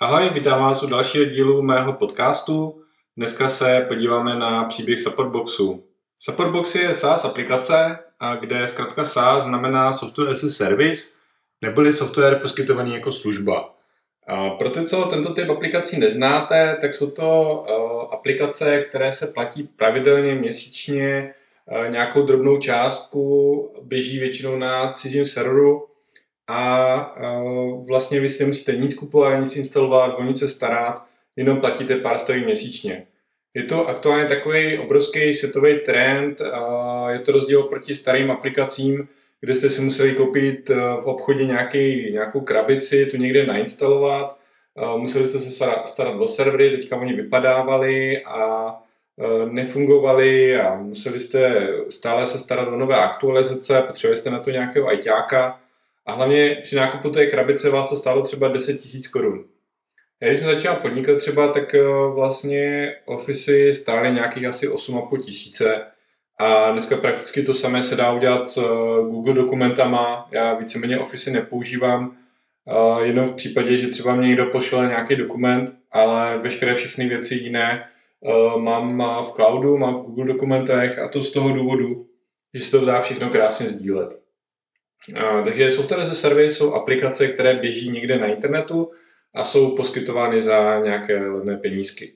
Ahoj, vítám vás u dalšího dílu mého podcastu. Dneska se podíváme na příběh Supportboxu. Supportbox je SaaS aplikace, kde zkrátka SaaS znamená Software as a Service, neboli software poskytovaný jako služba. Pro ty, co tento typ aplikací neznáte, tak jsou to aplikace, které se platí pravidelně měsíčně nějakou drobnou částku, běží většinou na cizím serveru a vlastně vy si nemusíte nic kupovat, nic instalovat, o nic se starat, jenom platíte pár stovek měsíčně. Je to aktuálně takový obrovský světový trend, je to rozdíl proti starým aplikacím, kde jste si museli koupit v obchodě nějakou krabici, tu někde nainstalovat, museli jste se starat o servery, teďka oni vypadávali a nefungovaly a museli jste stále se starat o nové aktualizace, potřebovali jste na to nějakého ajťáka a hlavně při nákupu té krabice vás to stálo třeba 10 000 korun. Když jsem začal podnikat třeba, tak vlastně Office stály nějakých asi 8,5 tisíce a dneska prakticky to samé se dá udělat s Google dokumentama. Já víceméně Office nepoužívám, jenom v případě, že třeba mě někdo pošle nějaký dokument, ale veškeré všechny věci jiné mám v cloudu, mám v Google dokumentech a to z toho důvodu, že se to dá všechno krásně sdílet. Takže Software as a Service jsou aplikace, které běží někde na internetu a jsou poskytovány za nějaké levné penízky.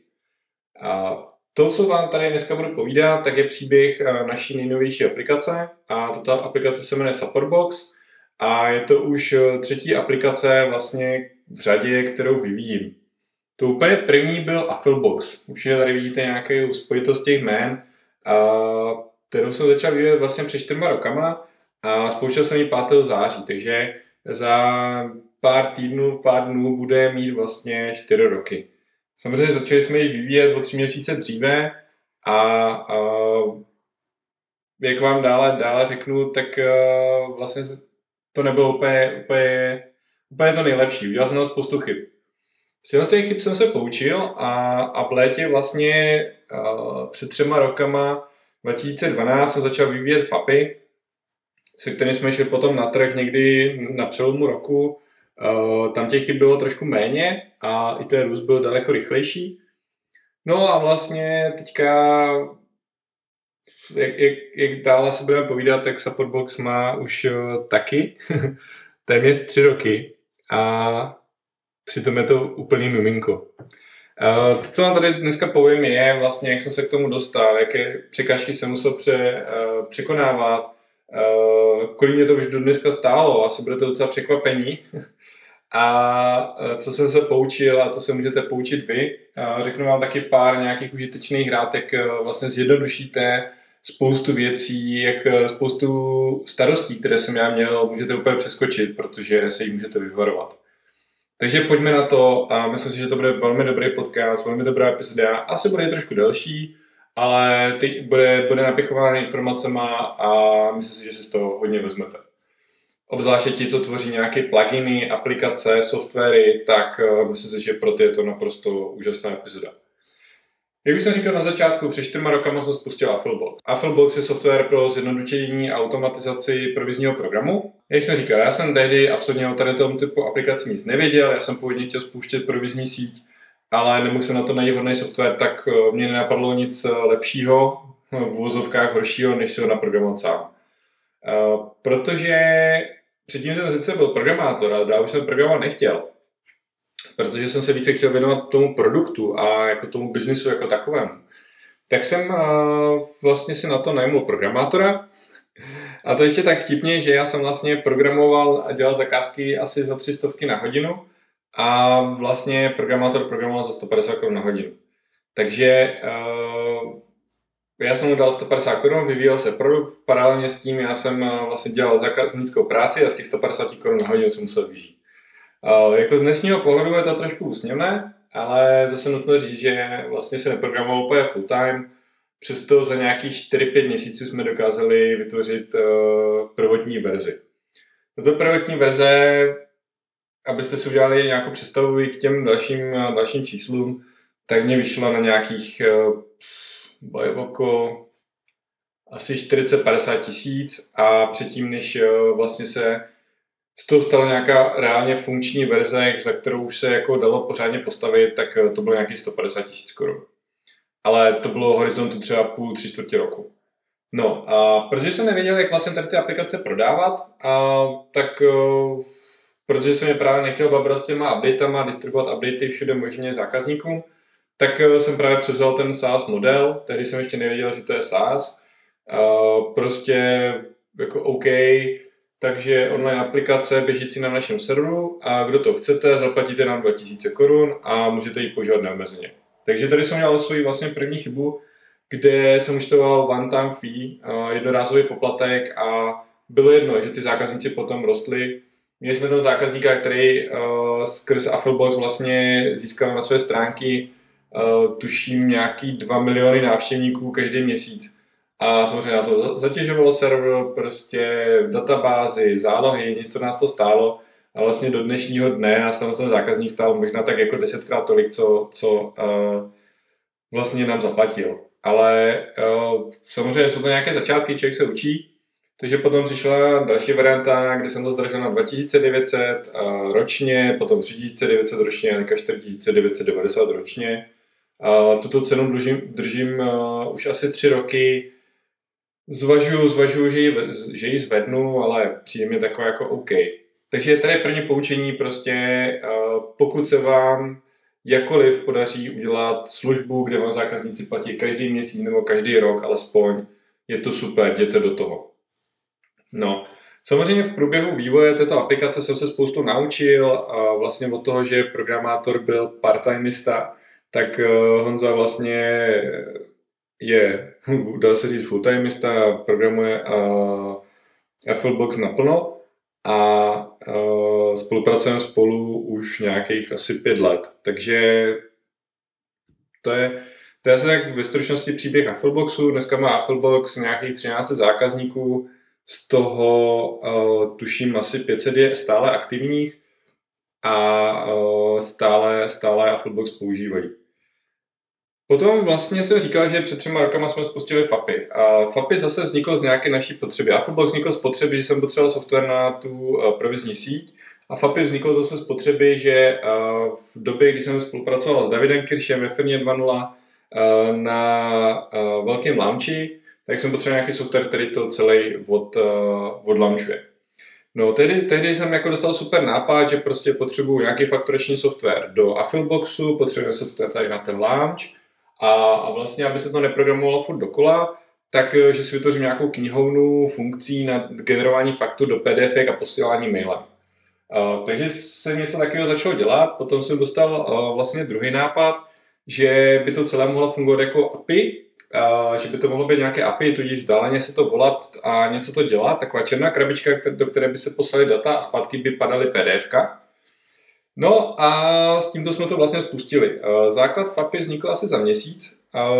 To, co vám tady dneska budu povídat, tak je příběh naší nejnovější aplikace a tato aplikace se jmenuje Supportbox a je to už třetí aplikace vlastně v řadě, kterou vyvíjím. To úplně první byl Affilbox. Určitě tady vidíte nějakou spojitost těch jmén, kterou jsem začal vyvíjet vlastně před 4 rokama a spouštěl jsem ji 5. září, takže za pár týdnů, pár dnů bude mít vlastně 4 roky. Samozřejmě začali jsme ji vyvíjet o 3 měsíce dříve a jak vám dále řeknu, tak vlastně to nebylo úplně to nejlepší. Udělal jsem spoustu chyb. Z těch chyb jsem se poučil a v létě vlastně před 3 rokama 2012 jsem začal vyvíjet FAPy, se kterým jsme šli potom na trh někdy na přelomu roku. Tam těch chyb bylo trošku méně a i ten růst byl daleko rychlejší. No a vlastně teďka, jak dále se budeme povídat, tak Supportbox má už taky téměř 3 roky a přitom je to úplný miminko. To, co vám tady dneska povím, je vlastně, jak jsem se k tomu dostal, jaké překážky jsem musel překonávat, kolik mě to už do dneska stálo, asi budete docela překvapení. A co jsem se poučil a co se můžete poučit vy. Řeknu vám taky pár nějakých užitečných hrát, jak vlastně zjednodušíte spoustu věcí, jak spoustu starostí, které jsem já měl, můžete úplně přeskočit, protože se jich můžete vyvarovat. Takže pojďme na to a myslím si, že to bude velmi dobrý podcast, velmi dobrá epizoda. Asi bude trošku delší, ale teď bude napěchovaná informacema a myslím si, že si z toho hodně vezmete. Obzvláště ti, co tvoří nějaké pluginy, aplikace, softwary, tak myslím si, že pro ty je to naprosto úžasná epizoda. Jak už jsem říkal na začátku, před 4 rokama jsem spustil Affilbox. Affilbox je software pro zjednodušení a automatizaci provizního programu. Jak jsem říkal, já jsem tehdy absolutně o tady tomu typu aplikací nic nevěděl, já jsem původně chtěl spouštět provizní síť, ale nemohl jsem na to najít vhodný software, tak mě nenapadlo nic lepšího, v uvozovkách horšího, než si ho naprogramovat sám. Protože předtím jsem sice byl programátor, ale já už jsem programovat nechtěl. Protože jsem se více chtěl věnovat tomu produktu a jako tomu biznisu jako takovému. Tak jsem vlastně si na to najmul programátora. A to ještě tak vtipně, že já jsem vlastně programoval a dělal zakázky asi za 300 na hodinu a vlastně programátor programoval za 150 korun na hodinu. Takže já jsem mu dal 150 korun, vyvíjel se produkt, paralelně s tím já jsem vlastně dělal zákaznickou práci a z těch 150 korun na hodinu jsem musel vyžít. Jako z dnešního pohledu je to trošku úsměvné, ale zase nutno říct, že vlastně se neprogramoval úplně full time, přesto za nějakých 4-5 měsíců jsme dokázali vytvořit prvotní verzi. Tato prvotní verze, abyste si udělali nějakou představu k těm dalším číslům, tak mě vyšla na nějakých asi 40-50 tisíc a předtím, než vlastně se z toho stala nějaká reálně funkční verze, za kterou už se jako dalo pořádně postavit, tak to bylo nějakých 150 000 korun. Ale to bylo horizontu třeba půl, 3/4 roku. No a protože jsem nevěděl, jak vlastně tady ty aplikace prodávat, tak protože jsem je právě nechtěl babrat s těma updatama, distribuovat updaty všude možně zákazníkům, tak jsem právě převzal ten SaaS model, tehdy jsem ještě nevěděl, že to je SaaS. Prostě jako OK, takže online aplikace běžící na našem serveru a kdo to chcete, zaplatíte nám 2000 korun a můžete ji používat neomezeně. Takže tady jsem měl svou vlastně první chybu, kde jsem účtoval one-time fee, jednorázový poplatek a bylo jedno, že ty zákazníci potom rostly. Měli jsme tam zákazníka, který skrz Affilbox vlastně získal na své stránky tuším nějaký 2 miliony návštěvníků každý měsíc. A samozřejmě na to zatěžovalo server, prostě databázy, zálohy, něco nás to stálo. A vlastně do dnešního dne nás ten zákazník stál možná tak jako 10krát tolik, co vlastně nám zaplatil. Ale samozřejmě jsou to nějaké začátky, člověk se učí. Takže potom přišla další varianta, kde jsem to zdražil na 2900 ročně, potom 3900 ročně a 4990 ročně. Tuto cenu držím už asi 3 roky. Zvažuju, že ji zvednu, ale přijde mi takové jako OK. Takže tady je první poučení, prostě pokud se vám jakkoliv podaří udělat službu, kde vám zákazníci platí každý měsíc nebo každý rok alespoň, je to super, jděte do toho. No, samozřejmě v průběhu vývoje této aplikace jsem se spoustu naučil a vlastně od toho, že programátor byl part-timista, tak Honza vlastně je, dá se říct, full-timista, programuje Affilbox naplno a spolupracujeme spolu už nějakých asi 5 let. Takže to je asi tak ve stručnosti příběh Affilboxu. Dneska má Affilbox nějakých 13 zákazníků, z toho tuším asi 500 je stále aktivních a stále Affilbox používají. Potom vlastně jsem říkal, že před 3 rokama jsme spustili FAPy. A FAPy zase vzniklo z nějaké naší potřeby. Affilbox vznikl z potřeby, že jsem potřeboval software na tu provizní síť. A FAPy vzniklo zase z potřeby, že v době, kdy jsem spolupracoval s Davidem Kiršem ve firmě 2.0 na velkém launchi, tak jsem potřeboval nějaký software, který to celý odlaunchuje. No, tehdy jsem jako dostal super nápad, že prostě potřebuju nějaký fakturační software do Affilboxu, potřebuji software tady na ten launch a vlastně, aby se to neprogramovalo furt dokola, takže si vytvořím nějakou knihovnu funkcí na generování faktur do PDF a posílání mailem. Takže jsem něco takového začal dělat, potom jsem dostal vlastně druhý nápad, že by to celé mohlo fungovat jako API, že by to mohlo být nějaké API, tudíž vzdáleně se to volat a něco to dělat, taková černá krabička, do které by se poslali data a zpátky by padaly PDFka. No a s tímto jsme to vlastně spustili. Základ FAPy vznikl asi za měsíc.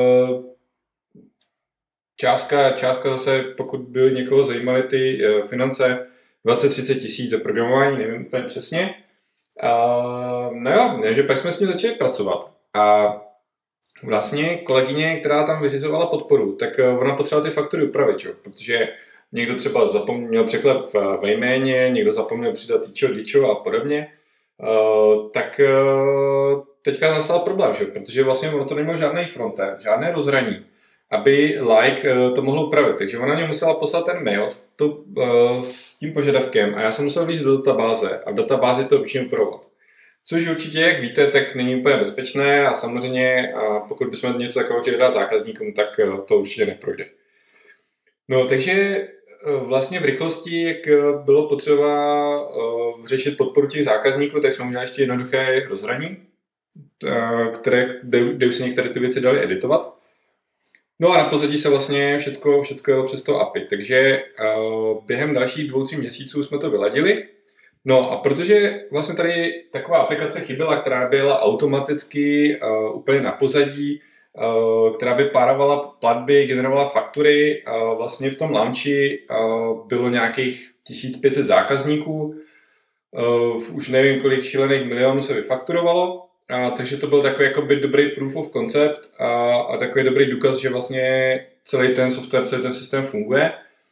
Částka zase, pokud by někoho zajímaly ty finance, 20-30 tisíc za programování, nevím úplně přesně. No jo, že pak jsme s tím začali pracovat. A vlastně kolegyně, která tam vyřizovala podporu, tak ona potřebovala ty faktury upravit, čo? Protože někdo třeba zapomněl překlep ve jméně, někdo zapomněl přidat dičo a podobně. Tak teďka nastal problém, že? Protože vlastně ono to nemělo žádný frontend, žádné rozhraní, aby to mohlo upravit. Takže ona mě musela poslat ten mail s tím požadavkem a já jsem musel vlízt do databáze a v databázi to učím upravovat. Což určitě, jak víte, tak není úplně bezpečné a samozřejmě pokud bychom něco takového chtěli dát zákazníkům, tak to určitě neprojde. No, takže vlastně v rychlosti, jak bylo potřeba řešit podporu těch zákazníků, tak jsme udělali ještě jednoduché rozhraní, kde už se některé ty věci daly editovat. No a na pozadí se vlastně všechno jelo přes to API, takže během dalších 2-3 měsíců jsme to vyladili. No a protože vlastně tady taková aplikace chyběla, která byla automaticky úplně na pozadí, která by párovala platby, generovala faktury, vlastně v tom launchi bylo nějakých 1500 zákazníků, už nevím, kolik šílených milionů se vyfakturovalo, takže to byl takový jakoby dobrý proof of concept a takový dobrý důkaz, že vlastně celý ten software, celý ten systém funguje.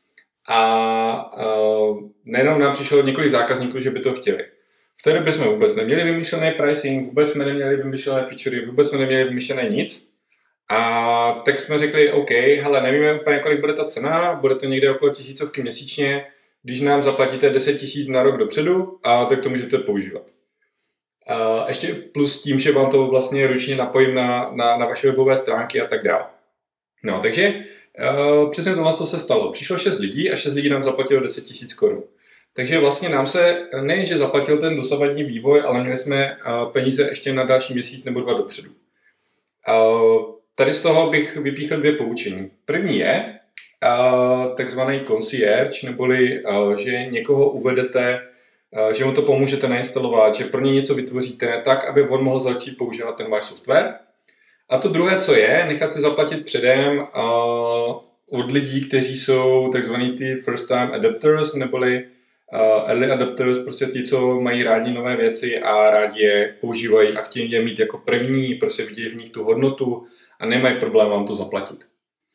a nejenom nám přišlo několik zákazníků, že by to chtěli. V té době jsme vůbec neměli vymyšlený pricing, vůbec jsme neměli vymyšlené featurey, vůbec jsme neměli vymyšlené nic. A tak jsme řekli, OK, hele, nevíme úplně, kolik bude ta cena, bude to někde okolo 1000 měsíčně, když nám zaplatíte 10 000 na rok dopředu, a tak to můžete používat. A ještě plus tím, že vám to vlastně ručně napojím na vaše webové stránky a tak dále. No, takže přesně tohle se stalo. Přišlo 6 lidí a 6 lidí nám zaplatilo 10 000 korun. Takže vlastně nám se nejenže zaplatil ten dosavadní vývoj, ale měli jsme peníze ještě na další měsíc nebo 2 dopředu. Tady z toho bych vypíchl 2 poučení. První je takzvaný concierge, neboli že někoho uvedete, že mu to pomůžete nainstalovat, že pro ně něco vytvoříte tak, aby on mohl začít používat ten váš software. A to druhé, co je, nechat si zaplatit předem od lidí, kteří jsou takzvaný ty first time adapters, neboli early adapters, prostě ti, co mají rádi nové věci a rádi je používají a chtějí je mít jako první, prostě vidějí v nich tu hodnotu a nemají problém vám to zaplatit.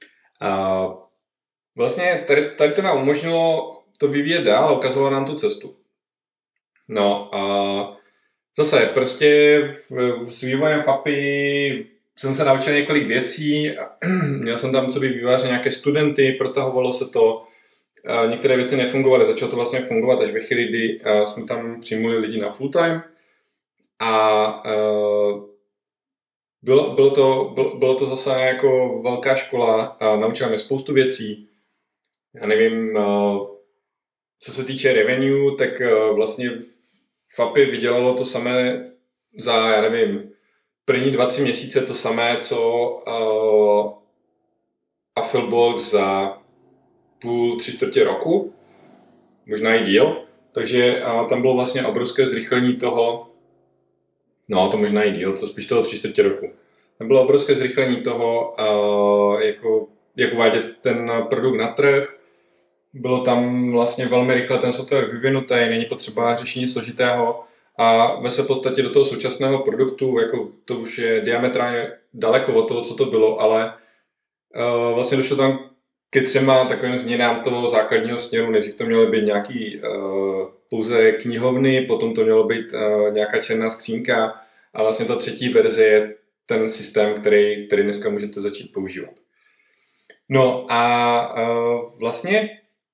Vlastně tady to nám umožnilo to vyvíjet dál a ukazovalo nám tu cestu. No a zase prostě s vývojem FAPI jsem se naučil několik věcí, měl jsem tam co by vývojáře nějaké studenty, protahovalo se to, některé věci nefungovaly, začalo to vlastně fungovat až ve chvíli, kdy jsme tam přijmuli lidi na full time a bylo to zase jako velká škola a naučila mě spoustu věcí. Já nevím, co se týče revenue, tak vlastně FAPI vydělalo to samé za, já nevím, první 2-3 měsíce to samé, co Affilbox za půl, 3/4 roku, možná i díl. Takže tam bylo vlastně obrovské zrychlení toho, no to možná i díl, to spíš toho 3/4 roku. Tam bylo obrovské zrychlení toho, jak uvádět ten produkt na trh. Bylo tam vlastně velmi rychle ten software vyvinutý, není potřeba řešení složitého a ve své podstatě do toho současného produktu, jako to už je diametrálně daleko od toho, co to bylo, ale vlastně došlo tam ke 3 takovým změnám toho základního směru. Nejdřív to mělo být nějaký pouze knihovny, potom to mělo být nějaká černá skřínka a vlastně ta 3. verze je ten systém, který dneska můžete začít používat. No a vlastně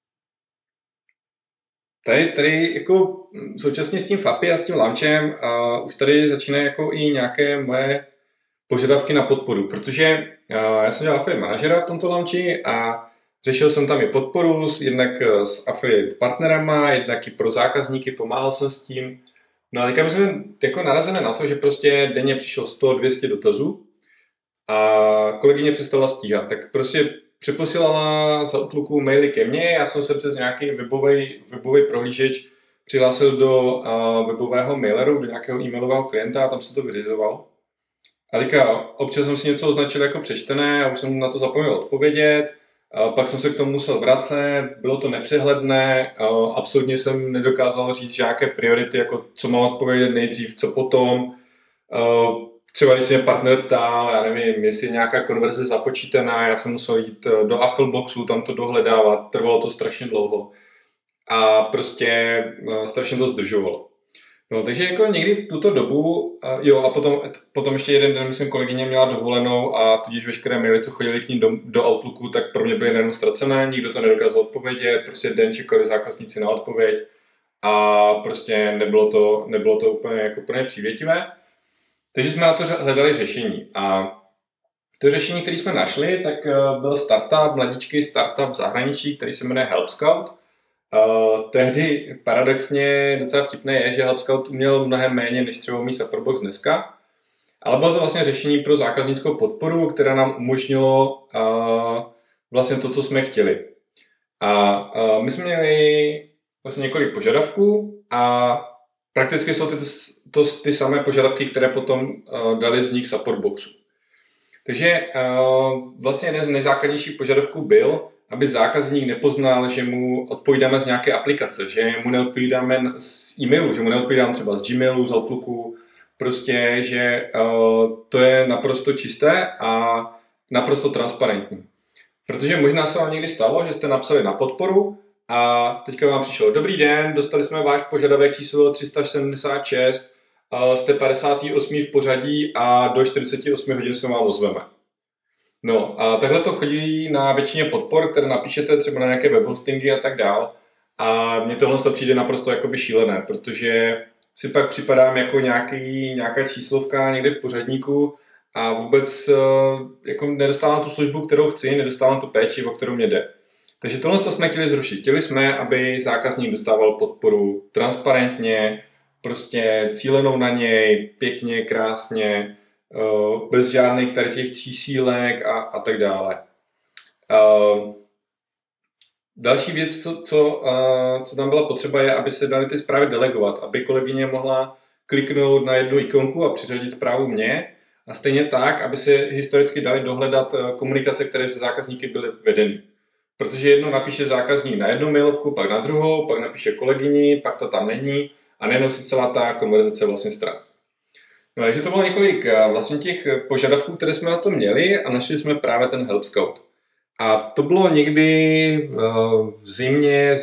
tady jako současně s tím FAPI a s tím launchem už tady začínají jako i nějaké moje požadavky na podporu, protože já jsem dělal affiliate manažera v tomto launchi a řešil jsem tam i podporu, jednak s affiliate partnerama, jednak i pro zákazníky, pomáhal jsem s tím. No a teďka my jsme jako narazili na to, že prostě denně přišlo 100-200 dotazů a kolegyně přestala stíhat, tak prostě přeposílala za Outlooku maily ke mně, já jsem se přes nějaký webový prohlížeč přihlásil do webového maileru, do nějakého e-mailového klienta a tam se to vyřizoval. A teďka občas jsem si něco označil jako přečtené a už jsem na to zapomněl odpovědět, pak jsem se k tomu musel vracet, bylo to nepřehledné, absolutně jsem nedokázal říct nějaké priority, jako co mám odpovědět nejdřív, co potom. Třeba když se mě partner ptal, já nevím, jestli je nějaká konverze započítaná, já jsem musel jít do Affilboxu, tam to dohledávat, trvalo to strašně dlouho a prostě strašně to zdržovalo. No, takže jako někdy v tuto dobu, jo a potom ještě jeden den, myslím, kolegyně měla dovolenou a tudíž veškeré maily, co chodili k ní do Outlooku, tak pro mě byly najednou ztracené, nikdo to nedokázal odpovědět, prostě den čekali zákazníci na odpověď a prostě nebylo to úplně jako pro ně přívětivé. Takže jsme na to hledali řešení a to řešení, které jsme našli, tak byl startup, mladíčký startup v zahraničí, který se jmenuje Help Scout. Tehdy paradoxně docela vtipné je, že Help Scout uměl mnohem méně než třeba umí Supportbox dneska, ale bylo to vlastně řešení pro zákaznickou podporu, která nám umožnilo vlastně to, co jsme chtěli. A my jsme měli vlastně několik požadavků a prakticky jsou ty samé požadavky, které potom dali vznik Supportboxu. Takže vlastně jeden z nejzákladnějších požadavků byl, aby zákazník nepoznal, že mu odpovídáme z nějaké aplikace, že mu neodpovídáme z e-mailu, že mu neodpovídáme třeba z Gmailu, z Outlooku, prostě, že to je naprosto čisté a naprosto transparentní. Protože možná se vám někdy stalo, že jste napsali na podporu a teďka vám přišlo: dobrý den, dostali jsme váš požadavek číslo 376, jste 58. v pořadí a do 48 hodin se vám ozveme. No a takhle to chodí na většině podpor, které napíšete třeba na nějaké webhostingy a tak dál. A mně tohle to přijde naprosto jakoby šílené, protože si pak připadám jako nějaká číslovka někde v pořadníku a vůbec jako nedostávám tu službu, kterou chci, nedostávám tu péči, o kterou mě jde. Takže tohle jsme chtěli zrušit. Chtěli jsme, aby zákazník dostával podporu transparentně, prostě cílenou na něj, pěkně, krásně, bez žádných tady těch čísílek a tak dále. Další věc, co tam byla potřeba, je, aby se daly ty zprávy delegovat, aby kolegyně mohla kliknout na jednu ikonku a přiřadit zprávu mně, a stejně tak, aby se historicky dali dohledat komunikace, které se zákazníky byly vedeny. Protože jedno napíše zákazník na jednu mailovku, pak na druhou, pak napíše kolegyni, pak to tam není a najednou si celá ta konverzace vlastně ztratí. No, takže to bylo několik vlastně těch požadavků, které jsme na to měli, a našli jsme právě ten Help Scout. A to bylo někdy v zimě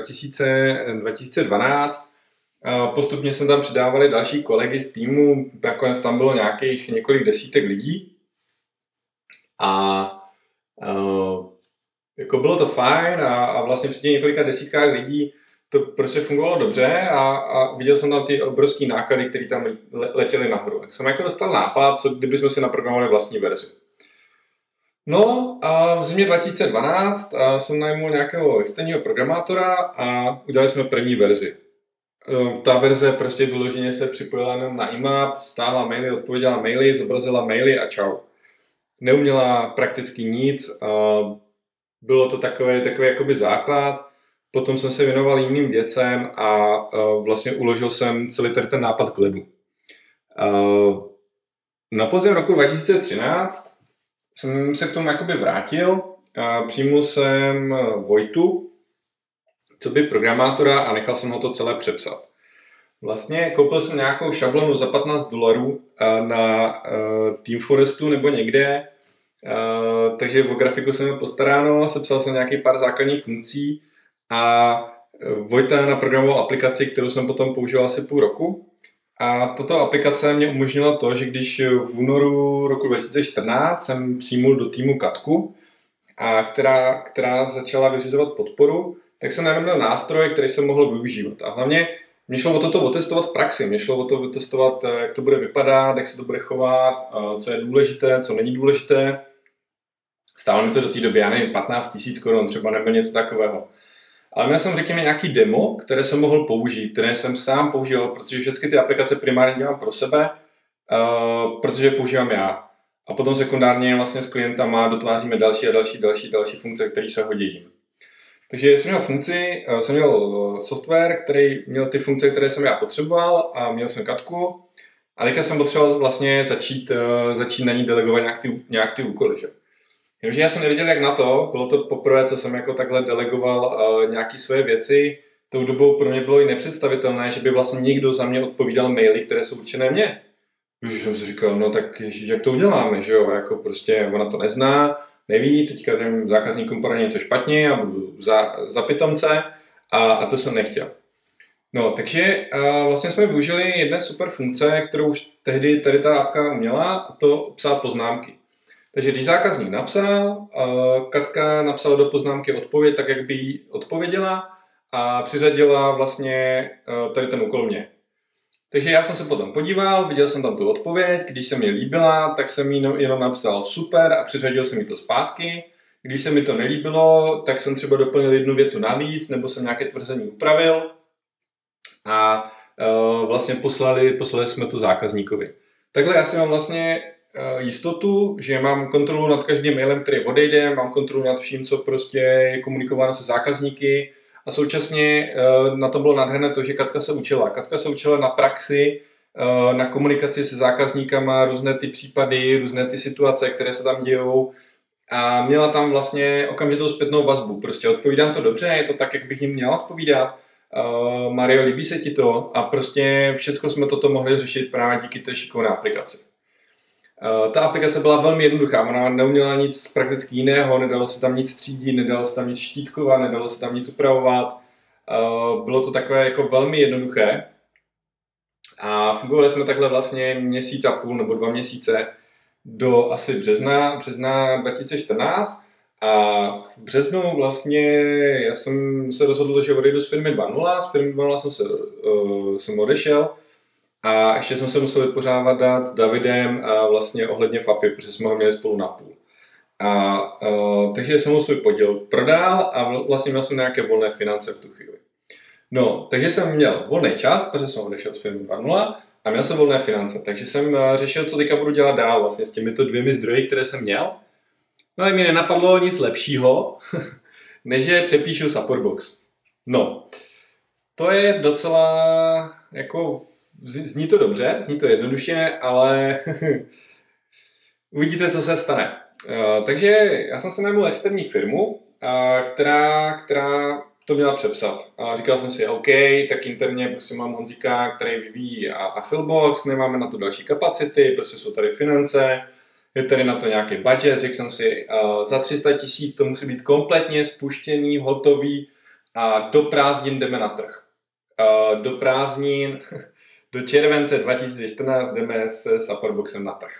2012. Postupně jsme tam přidávali další kolegy z týmu, nakonec tam bylo několik desítek lidí. A jako bylo to fajn a vlastně při těch několika desítkách lidí to prostě fungovalo dobře a viděl jsem tam ty obrovský náklady, které tam letěly nahoru. Tak jsem jako dostal nápad, co kdybychom si naprogramovali vlastní verzi. No a v zimě 2012 jsem najmul nějakého externího programátora a udělali jsme první verzi. Ta verze prostě vyloženě se připojila jenom na IMAP, stála maily, odpověděla maily, zobrazila maily a čau. Neuměla prakticky nic, bylo to takový jakoby základ. Potom jsem se věnoval jiným věcem a vlastně uložil jsem celý ten nápad k ledu. Na podzim roku 2013 jsem se k tomu jakoby vrátil a přijmul jsem Vojtu, co by programátora, a nechal jsem ho to celé přepsat. Vlastně koupil jsem nějakou šablonu za $15 na Teamforestu nebo někde, takže o grafiku jsem měl postaráno, sepsal jsem nějaký pár základních funkcí a Vojta naprogramoval aplikaci, kterou jsem potom použil asi půl roku. A tato aplikace mě umožnila to, že když v únoru roku 2014 jsem přijmul do týmu Katku, která začala vyřizovat podporu, tak jsem najednou měl nástroj, který jsem mohl využívat. A hlavně mě šlo o toto otestovat v praxi, mě šlo o to otestovat, jak to bude vypadat, jak se to bude chovat, co je důležité, co není důležité. Stálo mi to do té doby, já nevím, 15 000 korun třeba nebo něco takového. Ale měl jsem, řekněme, nějaký demo, které jsem mohl použít, které jsem sám použil, protože všechny ty aplikace primárně dělám pro sebe, protože používám já. A potom sekundárně vlastně s klientama dotváříme další funkce, které se hodí jim. Takže jsem měl software, který měl ty funkce, které jsem já potřeboval, a měl jsem Katku. A teďka jsem potřeboval vlastně začít na ní delegovat nějak ty úkoly. Že? Jenomže já jsem nevěděl, jak na to. Bylo to poprvé, co jsem jako takhle delegoval nějaké své věci. Tou dobou pro mě bylo i nepředstavitelné, že by vlastně někdo za mě odpovídal maily, které jsou určené mně. Už jsem si říkal, no tak ježiš, jak to uděláme, že jo? Jako prostě ona to nezná, neví, teďka těm zákazníkům poradí něco špatně a budu za pitomce a to jsem nechtěl. No, takže vlastně jsme využili jedné super funkce, kterou už tehdy tady ta apka uměla, a to psát poznámky. Takže když zákazník napsal, Katka napsala do poznámky odpověď tak, jak by jí odpověděla, a přiřadila vlastně tady ten úkol mě. Takže já jsem se potom podíval, viděl jsem tam tu odpověď, když se mi líbila, tak jsem jí jenom napsal super a přiřadil jsem jí to zpátky. Když se mi to nelíbilo, tak jsem třeba doplnil jednu větu navíc, nebo jsem nějaké tvrzení upravil a vlastně poslali jsme to zákazníkovi. Takhle já si mám vlastně jistotu, že mám kontrolu nad každým mailem, který odejde, mám kontrolu nad vším, co prostě je komunikováno se zákazníky, a současně na to bylo nádherné to, že Katka se učila. Katka se učila na praxi, na komunikaci se zákazníkama, různé ty případy, různé ty situace, které se tam dějou, a měla tam vlastně okamžitou zpětnou vazbu. Prostě odpovídám to dobře, je to tak, jak bych jim měl odpovídat. Mario, líbí se ti to? A prostě všecko jsme toto mohli řešit právě díky té šikovné aplikaci. Ta aplikace byla velmi jednoduchá, ona neuměla nic prakticky jiného, nedalo se tam nic třídit, nedalo se tam nic štítkovat, nedalo se tam nic upravovat. Bylo to takové jako velmi jednoduché. A fungovali jsme takhle vlastně měsíc a půl nebo 2 měsíce do asi března 2014. A v březnu vlastně já jsem se rozhodl, že odejdu z firmy 2.0. Z firmy 2.0 jsem odešel. A ještě jsem se musel vypořádat s Davidem vlastně ohledně FAPy, protože jsme ho měli spolu na půl. Takže jsem mu svůj podíl prodal a vlastně měl jsem nějaké volné finance v tu chvíli. No, takže jsem měl volný čas, protože jsem odešel z firmy 2.0 a měl jsem volné finance. Takže jsem řešil, co teďka budu dělat dál vlastně s těmito 2 zdroji, které jsem měl. No a mi nenapadlo nic lepšího, než že přepíšu Supportbox. No, to je docela jako... Zní to dobře, zní to jednoduše, ale uvidíte, co se stane. Takže já jsem se najmul externí firmu, která to měla přepsat. Říkal jsem si, OK, tak interně prostě mám Honzíka, který vyvíjí Affilbox, nemáme na to další kapacity, prostě jsou tady finance, je tady na to nějaký budget, řekl jsem si, za 300 000 to musí být kompletně spuštěný, hotový a do prázdnin jdeme na trh. Do prázdnin... Do července 2014 jdeme s Supportboxem na trh.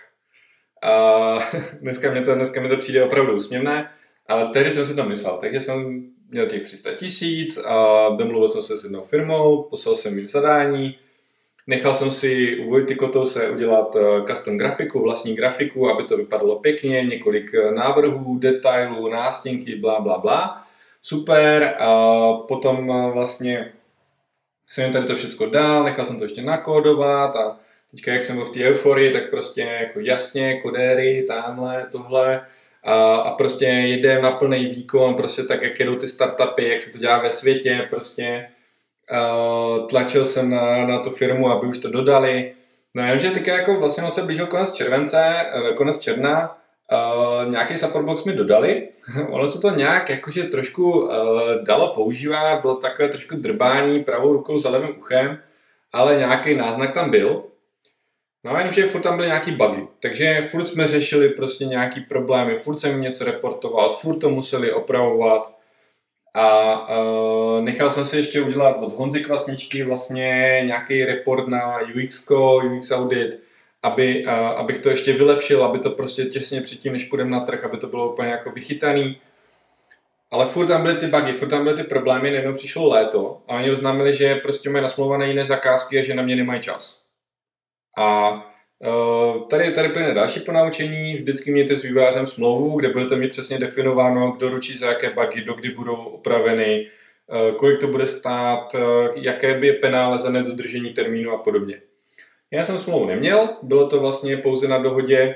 Dneska mi to přijde opravdu úsměvné, ale tehdy jsem si to myslel. Takže jsem měl těch 300 000 a domluvil jsem se s jednou firmou, poslal jsem jim zadání, nechal jsem si u Vojty Kotouse udělat custom grafiku, vlastní grafiku, aby to vypadalo pěkně, několik návrhů, detailů, nástěnky, blá, blá, blá. Super, a potom vlastně jsem jim tady to všechno dal, nechal jsem to ještě nakódovat a teďka, jak jsem byl v té euforii, tak prostě jako jasně, kodéry, tamhle, tohle a prostě jedem na plný výkon, prostě tak, jak jedou ty startupy, jak se to dělá ve světě, prostě tlačil jsem na tu firmu, aby už to dodali. No jenže teďka jako vlastně se blížil konec června, nějaký Supportbox mi dodali, ono se to nějak jakože trošku dalo používat, bylo takové trošku drbání pravou rukou za levým uchem, ale nějaký náznak tam byl. No a jenomže furt tam byly nějaký bugy, takže furt jsme řešili prostě nějaký problémy, furt jsem jim něco reportoval, furt to museli opravovat a nechal jsem si ještě udělat od Honzy Kvasničky vlastně nějaký report na UX audit, abych to ještě vylepšil, aby to prostě těsně předtím, než půjdeme na trh, aby to bylo úplně jako vychytaný. Ale furt tam byly ty bugy, furt tam byly ty problémy, najednou přišlo léto a oni oznámili, že prostě mají nasmlouvané jiné zakázky a že na mě nemají čas. A tady plyne další ponaučení, vždycky mějte s vývojářem smlouvu, kde budete mít přesně definováno, kdo ručí za jaké bugy, dokdy budou opraveny, kolik to bude stát, jaké by je penále za nedodržení termínu a podobně. Já jsem smlouvu neměl, bylo to vlastně pouze na dohodě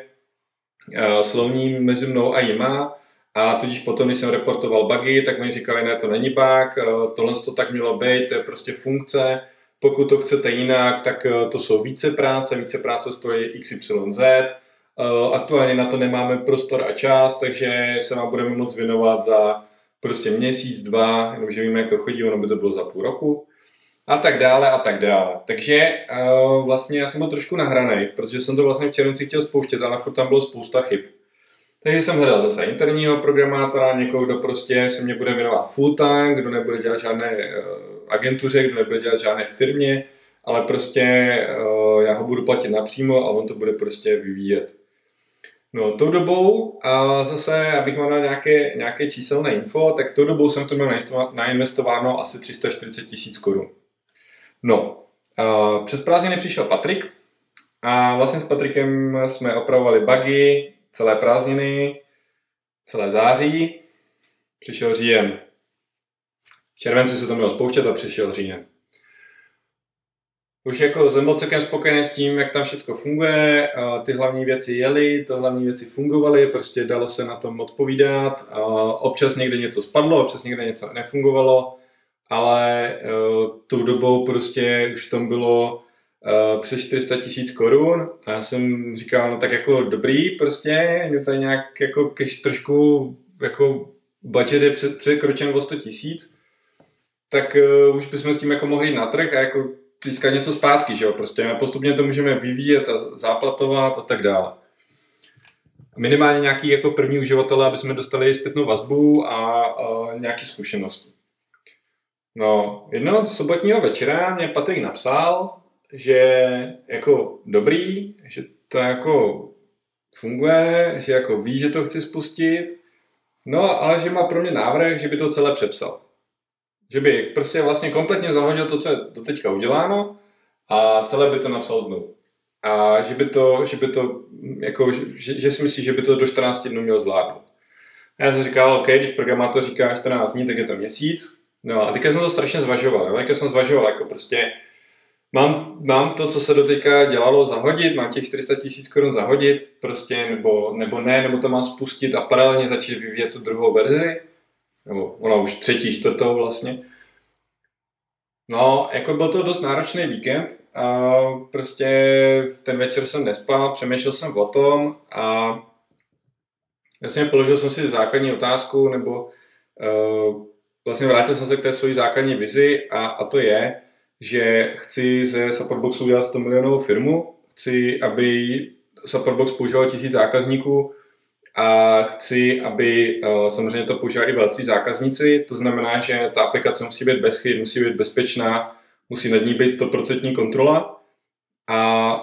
slovní mezi mnou a jima a tudíž potom, když jsem reportoval bugy, tak oni říkali, ne, to není bug, tohle to tak mělo být, to je prostě funkce, pokud to chcete jinak, tak to jsou více práce stojí XYZ, aktuálně na to nemáme prostor a čas, takže se vám budeme moct věnovat za prostě měsíc, 2, jenomže víme, jak to chodí, ono by to bylo za půl roku. A tak dále. Takže vlastně já jsem byl trošku nahranej, protože jsem to vlastně v červenci chtěl spouštět, ale furt tam bylo spousta chyb. Takže jsem hledal zase interního programátora, někoho, kdo prostě se mě bude věnovat full time, kdo nebude dělat žádné agentuře, kdo nebude dělat žádné firmě, ale prostě já ho budu platit napřímo a on to bude prostě vyvíjet. No, tou dobou, a zase, abych vám dal nějaké číselné info, tak tou dobou jsem to měl nainvestováno asi 340 000 korun. No, přes prázdniny přišel Patrik a vlastně s Patrikem jsme opravovali bugy celé prázdniny, celé září, přišel říjen. V červenci se to mělo spouštět a přišel říjen. Už jako jsem byl celkem spokojený s tím, jak tam všechno funguje, ty hlavní věci jely, ty hlavní věci fungovaly, prostě dalo se na tom odpovídat, občas někde něco spadlo, občas někde něco nefungovalo, ale tou dobou prostě už tam bylo přes 400 000 korun a já jsem říkal, no tak jako dobrý prostě, mě tady nějak jako trošku jako budget je překročen o 100 000, tak už bychom s tím jako mohli jít na trh a jako získat něco zpátky, že jo, prostě a postupně to můžeme vyvíjet a záplatovat a tak dále. minimálně nějaký jako první uživatele, aby jsme dostali zpětnou vazbu a nějaké zkušenosti. No, jednoho sobotního večera mě Patrik napsal, že jako dobrý, že to jako funguje, že jako ví, že to chci spustit, no ale že má pro mě návrh, že by to celé přepsal. Že by prostě vlastně kompletně zahodil to, co je doteďka uděláno a celé by to napsal znovu. A že by to jako, že si myslí, že by to do 14 dnů měl zvládnout. A já jsem říkal, OK, když programátor říká 14 dní, tak je to měsíc. No a teďka jsem to strašně zvažoval. Jo? Teďka jsem zvažoval, jako prostě mám to, co se doteďka dělalo, zahodit, mám těch 400 000 korun zahodit, prostě, nebo ne, nebo to mám spustit a paralelně začít vyvíjet tu druhou verzi, nebo ona už třetí, čtvrtou vlastně. No, jako byl to dost náročný víkend a prostě ten večer jsem nespal, přemýšlel jsem o tom a vlastně položil jsem si základní otázku, nebo vlastně vrátil jsem se k té své základní vizi a to je, že chci ze Supportboxu udělat 100 milionovou firmu, chci, aby Supportbox používal 1000 zákazníků a chci, aby samozřejmě to používali i velcí zákazníci, to znamená, že ta aplikace musí být bez chyb, musí být bezpečná, musí nad ní být 100% kontrola a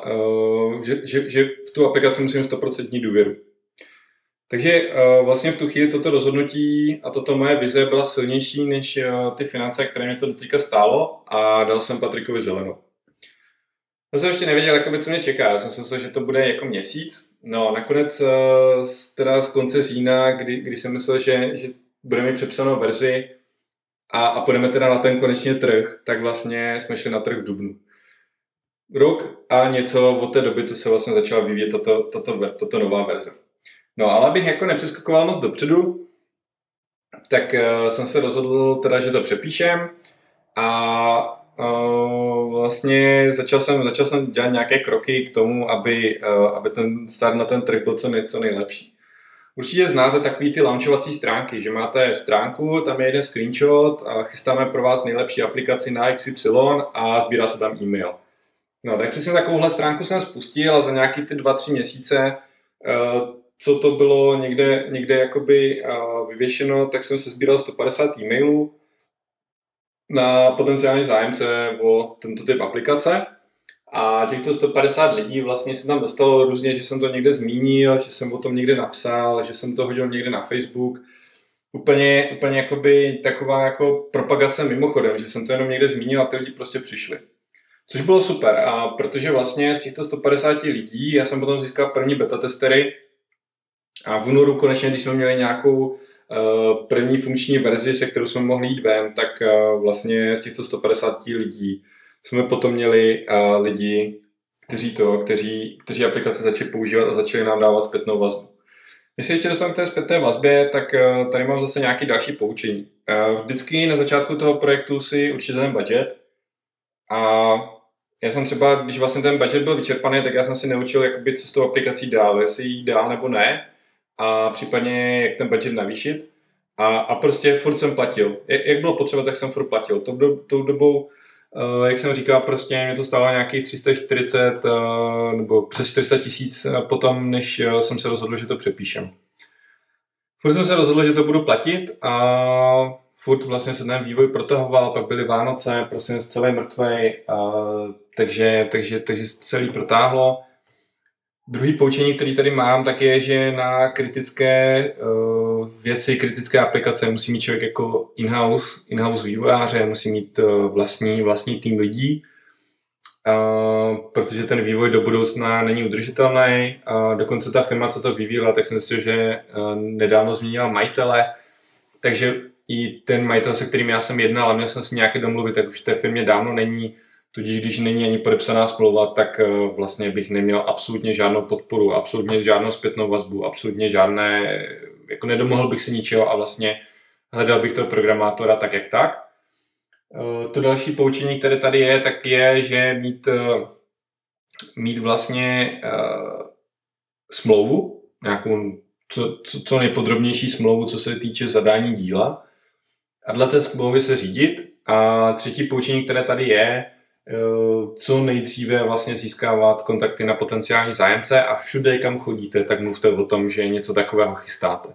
že v tu aplikaci musím 100% důvěru. Takže vlastně v tu chvíli toto rozhodnutí a toto moje vize byla silnější než ty finance, které mě to dotýka stálo a dal jsem Patrikovi zelenou. Já jsem ještě nevěděl, jakoby, co mě čeká. Já jsem si myslel, že to bude jako měsíc. No, nakonec teda z konce října, kdy jsem myslel, že budeme mít přepsanou verzi a půjdeme teda na ten konečně trh, tak vlastně jsme šli na trh v dubnu. Rok a něco od té doby, co se vlastně začala vyvíjet tato nová verze. No, ale abych jako nepřeskakoval moc dopředu, tak jsem se rozhodl teda, že to přepíšem a vlastně začal jsem dělat nějaké kroky k tomu, aby ten start na ten trh byl co nejlepší. Určitě znáte takový ty launchovací stránky, že máte stránku, tam je jeden screenshot a chystáme pro vás nejlepší aplikaci na XY a sbírá se tam e-mail. No, tak přesně takovouhle stránku jsem spustil a za nějaký ty 2-3 měsíce co to bylo někde jakoby vyvěšeno, tak jsem se sbíral 150 e-mailů na potenciální zájemce o tento typ aplikace a těchto 150 lidí vlastně se tam dostalo různě, že jsem to někde zmínil, že jsem o tom někde napsal, že jsem to hodil někde na Facebook. Úplně jakoby taková jako propagace mimochodem, že jsem to jenom někde zmínil a ty lidi prostě přišli. Což bylo super, a protože vlastně z těchto 150 lidí já jsem potom získal první beta testery a v únoru konečně, když jsme měli nějakou první funkční verzi, se kterou jsme mohli jít ven, tak vlastně z těchto 150 lidí jsme potom měli lidi, kteří aplikace začali používat a začali nám dávat zpětnou vazbu. Když se ještě dostanu k té zpětné vazbě, tak tady mám zase nějaké další poučení. Vždycky na začátku toho projektu si určitě ten budget a já jsem třeba, když vlastně ten budget byl vyčerpaný, tak já jsem si neučil, jakoby, co s tou aplikací dál, jestli jí dál nebo ne a případně jak ten budget navýšit a prostě furt jsem platil. Jak bylo potřeba, tak jsem furt platil. Tou dobou, jak jsem říkal, prostě mě to stálo nějakých 340 nebo přes 400 000 potom, než jsem se rozhodl, že to přepíšem. Furt jsem se rozhodl, že to budu platit a furt vlastně se ten vývoj protahoval, pak byly Vánoce, prostě celý mrtvej, takže se celý protáhlo. Druhý poučení, který tady mám, tak je, že na kritické věci, kritické aplikace musí mít člověk jako in-house vývojáře, musí mít vlastní tým lidí, protože ten vývoj do budoucna není udržitelný. Dokonce ta firma, co to vyvíjela, tak jsem si, že nedávno změnila majitele, takže i ten majitel, se kterým já jsem jednal a měl jsem si nějaké domluvy, tak už v té firmě dávno není, tudíž když není ani podepsaná smlouva, tak vlastně bych neměl absolutně žádnou podporu, absolutně žádnou zpětnou vazbu, absolutně žádné, jako nedomohl bych si ničeho a vlastně hledal bych toho programátora tak jak tak. To další poučení, které tady je, tak je, že mít vlastně smlouvu, nějakou co nejpodrobnější smlouvu, co se týče zadání díla a dle té smlouvy se řídit. A třetí poučení, které tady je, co nejdříve vlastně získávat kontakty na potenciální zájemce a všude, kam chodíte, tak mluvte o tom, že něco takového chystáte.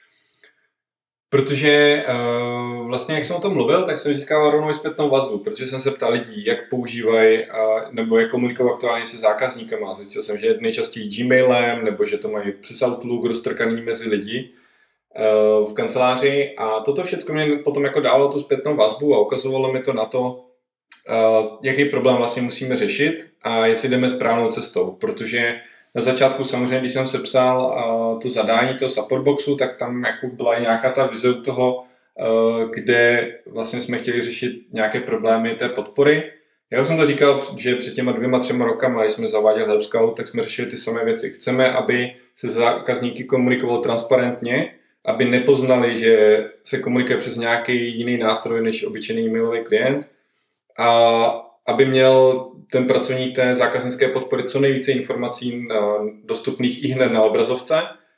Protože vlastně, jak jsem o tom mluvil, tak jsem získával rovnou zpětnou vazbu, protože jsem se ptal lidí, jak používají nebo jak komunikují aktuálně se zákazníkama. Zjistil jsem, že nejčastěji Gmailem, nebo že to mají přes Outlook roztrkaný mezi lidi v kanceláři. A toto všechno mě potom jako dávalo tu zpětnou vazbu a ukazovalo mi to na to, jaký problém vlastně musíme řešit a jestli jdeme správnou cestou, protože na začátku samozřejmě, když jsem sepsal to zadání toho supportboxu, tak tam jako byla nějaká ta vize u toho, kde vlastně jsme chtěli řešit nějaké problémy té podpory. Já už jsem to říkal, že před těma 2-3 rokama, když jsme zaváděli Help Scout, tak jsme řešili ty samé věci. Chceme, aby se zákazníky komunikovalo transparentně, aby nepoznali, že se komunikuje přes nějaký jiný nástroj než obyčejný e-mailový klient, a aby měl ten pracovník té zákaznické podpory co nejvíce informací dostupných i hned na obrazovce,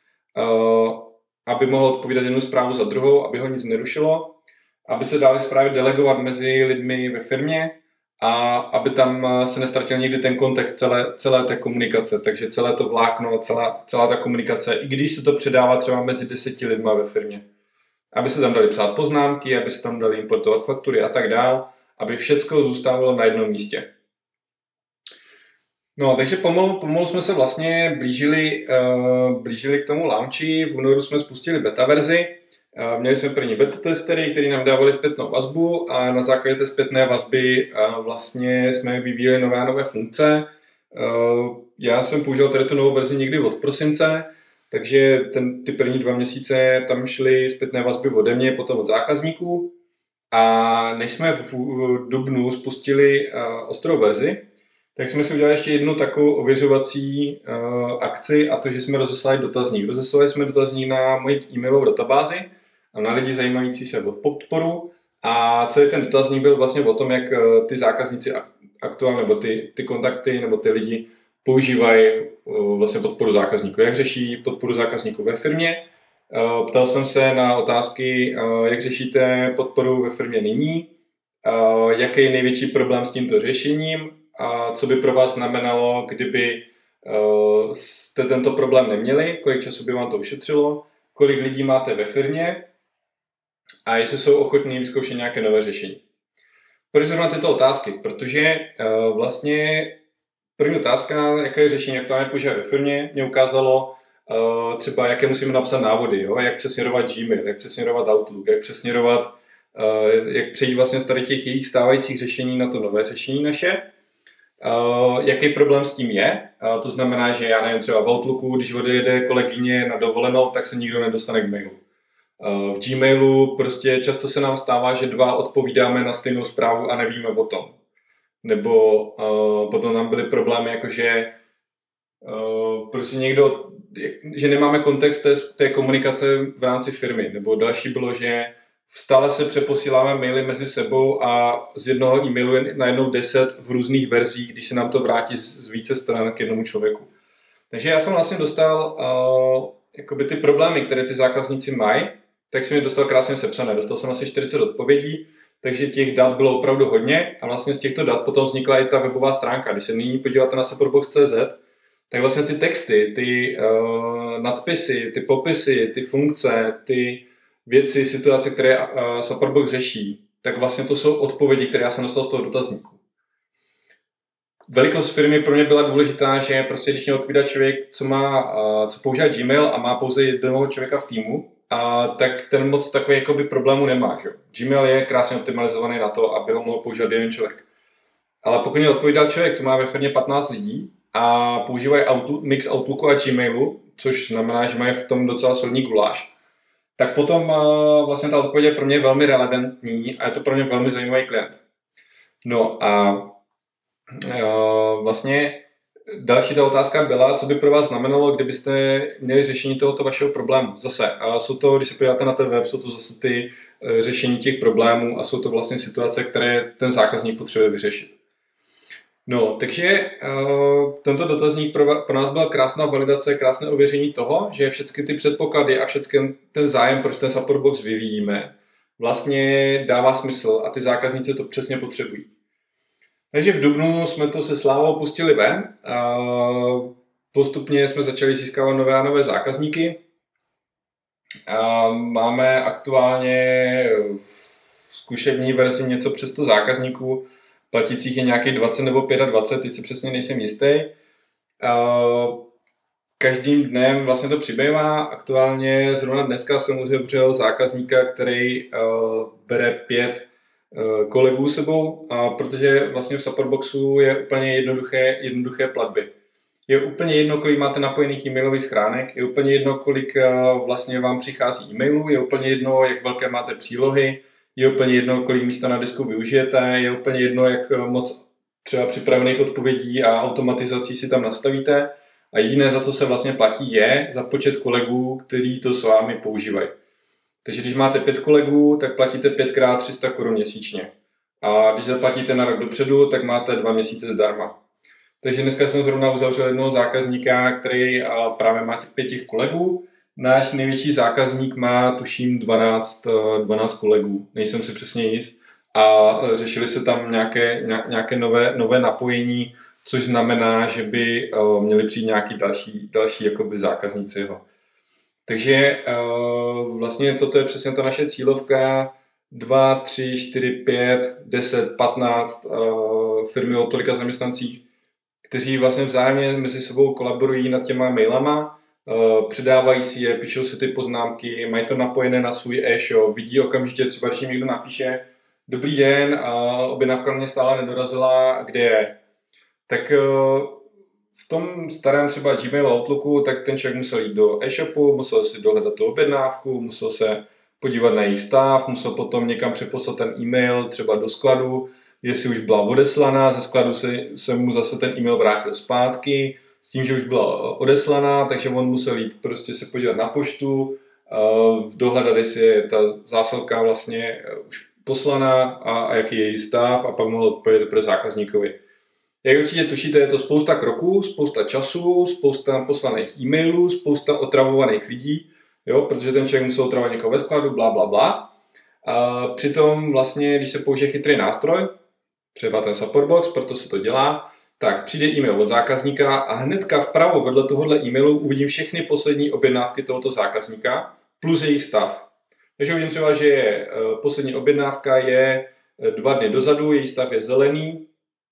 aby mohl odpovídat jednu zprávu za druhou, aby ho nic nerušilo, aby se dály zprávy delegovat mezi lidmi ve firmě a aby tam se nestratil nikdy ten kontext celé té komunikace, takže celé to vlákno, celá ta komunikace, i když se to předává třeba mezi 10 lidma ve firmě. Aby se tam dali psát poznámky, aby se tam dali importovat faktury a tak dál, aby všechno zůstávalo na jednom místě. No, takže pomalu jsme se vlastně blížili k tomu launchi. V únoru jsme spustili beta verzi. Měli jsme první beta testery, který nám dávali zpětnou vazbu a na základě té zpětné vazby vlastně jsme vyvíjeli nové funkce. Já jsem použil tady tu novou verzi někdy od prosince, takže ty první 2 měsíce tam šly zpětné vazby ode mě, potom od zákazníků. A než jsme v dubnu spustili ostrou verzi, tak jsme si udělali ještě jednu takovou ověřovací akci, a to, že jsme rozeslali dotazník. Rozeslali jsme dotazník na moji e-mailovou databázi a na lidi zajímající se o podporu, a celý ten dotazník byl vlastně o tom, jak ty zákazníci aktuálně, nebo ty kontakty, nebo ty lidi používají vlastně podporu zákazníků. Jak řeší podporu zákazníků ve firmě. Ptal jsem se na otázky, jak řešíte podporu ve firmě nyní, jaký je největší problém s tímto řešením a co by pro vás znamenalo, kdyby jste tento problém neměli, kolik času by vám to ušetřilo, kolik lidí máte ve firmě a jestli jsou ochotní vyzkoušet nějaké nové řešení. Proč zrovna tyto otázky? Protože vlastně první otázka, jaké je řešení aktuálně používají ve firmě, mě ukázalo třeba, jaké musíme napsat návody, jo? Jak přesměrovat Gmail, jak přesměrovat Outlook, jak přejít vlastně z tady těch jejich stávajících řešení na to nové řešení naše. Jaký problém s tím je? To znamená, že já nevím, třeba v Outlooku, když odjede kolegyně na dovolenou, tak se nikdo nedostane k mailu. V Gmailu prostě často se nám stává, že 2 odpovídáme na stejnou zprávu a nevíme o tom. Nebo potom nám byly problémy, jakože prostě někdo, že nemáme kontext té komunikace v rámci firmy. Nebo další bylo, že stále se přeposíláme maily mezi sebou a z jednoho e-mailu je najednou 10 v různých verzích, když se nám to vrátí z více stran k jednomu člověku. Takže já jsem vlastně dostal jakoby ty problémy, které ty zákazníci mají, tak jsem je dostal krásně sepsané. Dostal jsem asi 40 odpovědí, takže těch dat bylo opravdu hodně a vlastně z těchto dat potom vznikla i ta webová stránka. Když se nyní podíváte na supportbox.cz, tak vlastně ty texty, ty nadpisy, ty popisy, ty funkce, ty věci, situace, které supportbox řeší, tak vlastně to jsou odpovědi, které já jsem dostal z toho dotazníku. Velikost firmy pro mě byla důležitá, že prostě když mě odpovídá člověk, co používá Gmail a má pouze jednoho člověka v týmu, tak ten moc takový jakoby problému nemá. Že? Gmail je krásně optimalizovaný na to, aby ho mohl používat jeden člověk. Ale pokud mě odpovídá člověk, co má ve firmě 15 lidí a používají mix Outlooku a Gmailu, což znamená, že mají v tom docela solidní guláš, tak potom vlastně ta odpověď je pro mě velmi relevantní a je to pro mě velmi zajímavý klient. No a vlastně další ta otázka byla, co by pro vás znamenalo, kdybyste měli řešení tohoto vašeho problému. Zase, jsou to, když se podíváte na ten web, jsou to zase ty řešení těch problémů a jsou to vlastně situace, které ten zákazník potřebuje vyřešit. No, takže tento dotazník pro nás byla krásná validace, krásné ověření toho, že všechny ty předpoklady a všechny ten zájem, proč ten supportbox vyvíjíme, vlastně dává smysl a ty zákazníci to přesně potřebují. Takže v dubnu jsme to se slávou pustili ven. Postupně jsme začali získávat nové a nové zákazníky. Máme aktuálně v zkušební verzi něco přes 100 zákazníků. Platících je nějakých 20 nebo 25, teď si přesně nejsem jistý. Každým dnem vlastně to přibývá. Aktuálně zrovna dneska jsem uzavřel zákazníka, který bere 5 kolegů sebou, protože vlastně v Supportboxu je úplně jednoduché platby. Je úplně jedno, kolik máte napojených e-mailových schránek, je úplně jedno, kolik vlastně vám přichází e-mailů, je úplně jedno, jak velké máte přílohy, je úplně jedno, kolik místa na disku využijete, je úplně jedno, jak moc třeba připravených odpovědí a automatizací si tam nastavíte. A jediné, za co se vlastně platí, je za počet kolegů, kteří to s vámi používají. Takže když máte 5 kolegů, tak platíte 5x 300 Kč měsíčně. A když zaplatíte na rok dopředu, tak máte 2 měsíce zdarma. Takže dneska jsem zrovna uzavřel jednoho zákazníka, který právě má 5 kolegů. Náš největší zákazník má, tuším, 12 kolegů. Nejsem si přesně jist. A řešili se tam nějaké nové napojení, což znamená, že by měli přijít nějaký další jakoby zákazníci. Takže vlastně toto je přesně ta naše cílovka. 2, 3, 4, 5, 10, 15 firmy o tolika zaměstnancích, kteří vlastně vzájemně mezi sebou kolaborují nad těma mailama, předávají si je, píšou si ty poznámky, mají to napojené na svůj e-shop, vidí okamžitě, třeba když jim někdo napíše dobrý den, objednávka mě stále nedorazila, kde je. Tak v tom starém třeba Gmail Outlooku, tak ten člověk musel jít do e-shopu, musel si dohledat tu objednávku, musel se podívat na její stav, musel potom někam přeposlat ten e-mail třeba do skladu, jestli už byla odeslaná, ze skladu se mu zase ten e-mail vrátil zpátky, s tím, že už byla odeslaná, takže on musel jít prostě se podívat na poštu, dohledat, jestli je ta zásilka vlastně už poslaná a jaký je její stav a pak mohl odpovědět pro zákazníkovi. Jak určitě tušíte, je to spousta kroků, spousta času, spousta poslaných e-mailů, spousta otravovaných lidí, jo, protože ten člověk musel otravovat někoho ve skladu, blá, blá, blá. A přitom vlastně, když se použije chytrý nástroj, třeba ten Supportbox, proto se to dělá, tak přijde e-mail od zákazníka a hnedka vpravo vedle tohohle e-mailu uvidím všechny poslední objednávky tohoto zákazníka plus jejich stav. Takže uvidím třeba, že poslední objednávka je 2 dny dozadu, její stav je zelený.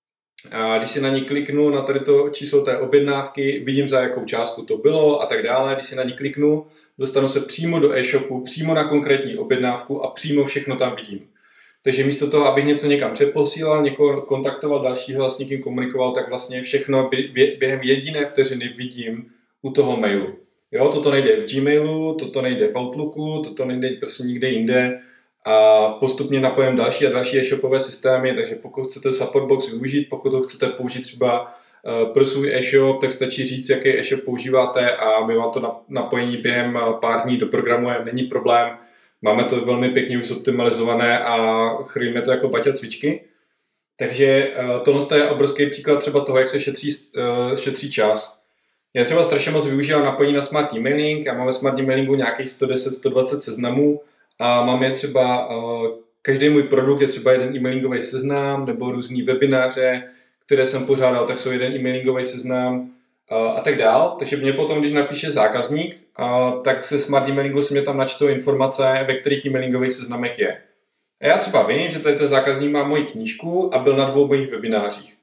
A když si na ní kliknu, na tady to číslo té objednávky, vidím, za jakou částku to bylo a tak dále. Když si na ní kliknu, dostanu se přímo do e-shopu, přímo na konkrétní objednávku a přímo všechno tam vidím. Takže místo toho, abych něco někam přeposílal, někoho kontaktoval dalšího a s někým komunikoval, tak vlastně všechno během jediné vteřiny vidím u toho mailu. Jo, toto nejde v Gmailu, toto nejde v Outlooku, toto nejde prostě nikde jinde. A postupně napojím další a další e-shopové systémy, takže pokud chcete Supportbox využít, pokud ho chcete použít třeba pro svůj e-shop, tak stačí říct, jaký e-shop používáte a my vám to napojení během pár dní doprogramujeme, není problém. Máme to velmi pěkně už optimalizované a chrlíme to jako baťa cvičky. Takže tohle je obrovský příklad třeba toho, jak se šetří čas. Já třeba strašně moc využívám napojení na smart emailing, já mám ve smart emailingu nějakých 110-120 seznamů, a máme třeba, každý můj produkt je třeba jeden e-mailingový seznam nebo různý webináře, které jsem pořádal, tak jsou jeden e-mailingový seznam a tak dál. Takže mě potom, když napíše zákazník, tak se smart emailingu se mě tam načtou informace, ve kterých e-mailingových seznamech je. A já třeba vím, že tady ten zákazník má moji knížku a byl na 2 mojich webinářích.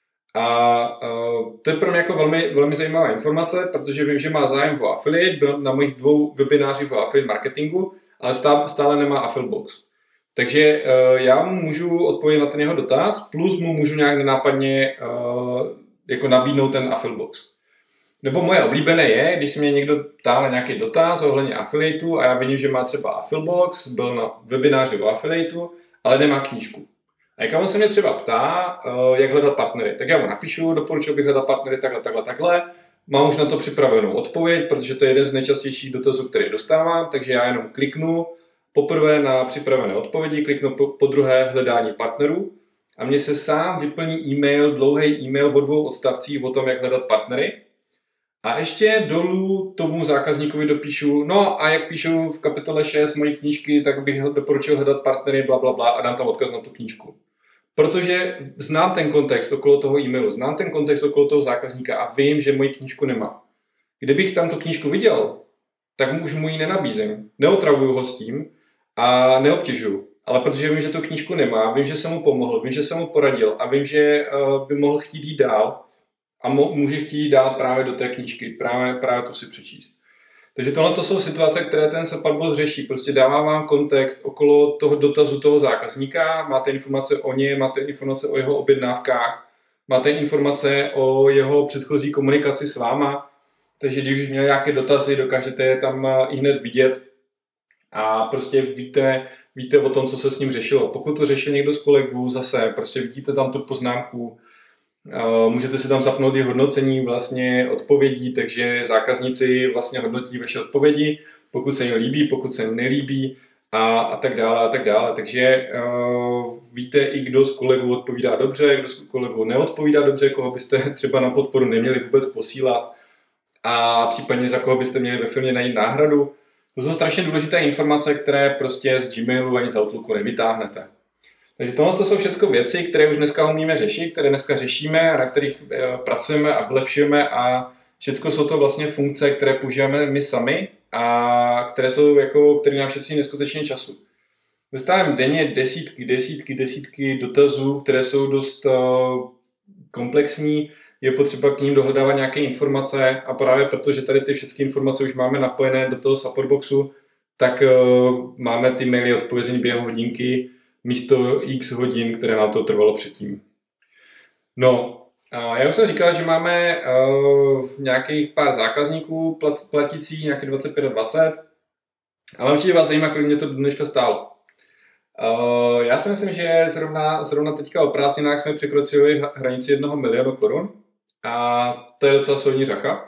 A to je pro mě jako velmi, velmi zajímavá informace, protože vím, že má zájem o affiliate, byl na mojich 2 webinářích o affiliate marketingu, ale stále nemá Affilibox. Takže já mu můžu odpovědět na ten jeho dotaz, plus mu můžu nějak nenápadně jako nabídnout ten Affilibox. Nebo moje oblíbené je, když se mě někdo ptá na nějaký dotaz ohledně affiliateu a já vidím, že má třeba Affilibox, byl na webináři o affiliateu, ale nemá knížku. A jak on se mě třeba ptá, jak hledat partnery, tak já mu napíšu, doporučil bych hledat partnery takhle. Mám už na to připravenou odpověď, protože to je jeden z nejčastějších dotazů, který dostávám, takže já jenom kliknu poprvé na připravené odpovědi, kliknu po druhé hledání partnerů a mně se sám vyplní e-mail, dlouhý e-mail o 2 odstavcích o tom, jak hledat partnery. A ještě dolů tomu zákazníkovi dopíšu, no a jak píšu v kapitole 6 mojí knížky, tak bych doporučil hledat partnery, blablabla a dám tam odkaz na tu knížku. Protože znám ten kontext okolo toho e-mailu, znám ten kontext okolo toho zákazníka a vím, že moji knížku nemá. Kdybych tam tu knížku viděl, tak už mu ji nenabízím. Neotravuju ho s tím a neobtěžuju. Ale protože vím, že tu knížku nemá, vím, že jsem mu pomohl, vím, že jsem mu poradil a vím, že by mohl chtít jít dál a může chtít jít dál právě do té knížky, právě tu si přečíst. Takže tohle to jsou situace, které ten Saparbot řeší. Prostě dává vám kontext okolo toho dotazu toho zákazníka, máte informace o něm, máte informace o jeho objednávkách, máte informace o jeho předchozí komunikaci s váma, takže když už měl nějaké dotazy, dokážete je tam i hned vidět a prostě víte o tom, co se s ním řešilo. Pokud to řešil někdo z kolegů, zase prostě vidíte tam tu poznámku, můžete si tam zapnout i hodnocení vlastně odpovědí, takže zákazníci vlastně hodnotí vaše odpovědi, pokud se jim líbí, pokud se jim nelíbí a tak dále a tak dále. Takže víte i, kdo z kolegů odpovídá dobře, kdo z kolegů neodpovídá dobře, koho byste třeba na podporu neměli vůbec posílat a případně za koho byste měli ve firmě najít náhradu. To jsou strašně důležité informace, které prostě z Gmailu ani z Outlooku nevytáhnete. Takže tohle to jsou všechno věci, které už dneska umíme řešit, které dneska řešíme a na kterých pracujeme a vylepšujeme a všechno jsou to vlastně funkce, které používáme my sami a které nám šetří neskutečně času. Dostávám denně desítky dotazů, které jsou dost komplexní, je potřeba k ním dohledávat nějaké informace a právě protože tady ty všechny informace už máme napojené do toho supportboxu, tak máme ty maily odpovězení během hodinky místo x hodin, které nám to trvalo předtím. No, já už jsem říkal, že máme nějakých pár zákazníků platící, nějaké 25 a 20, ale určitě vás zajímá, kolik mě to dneška stálo. Já si myslím, že zrovna teďka o prázdninách jsme překročili hranici 1 milionu korun a to je docela solidní řacha.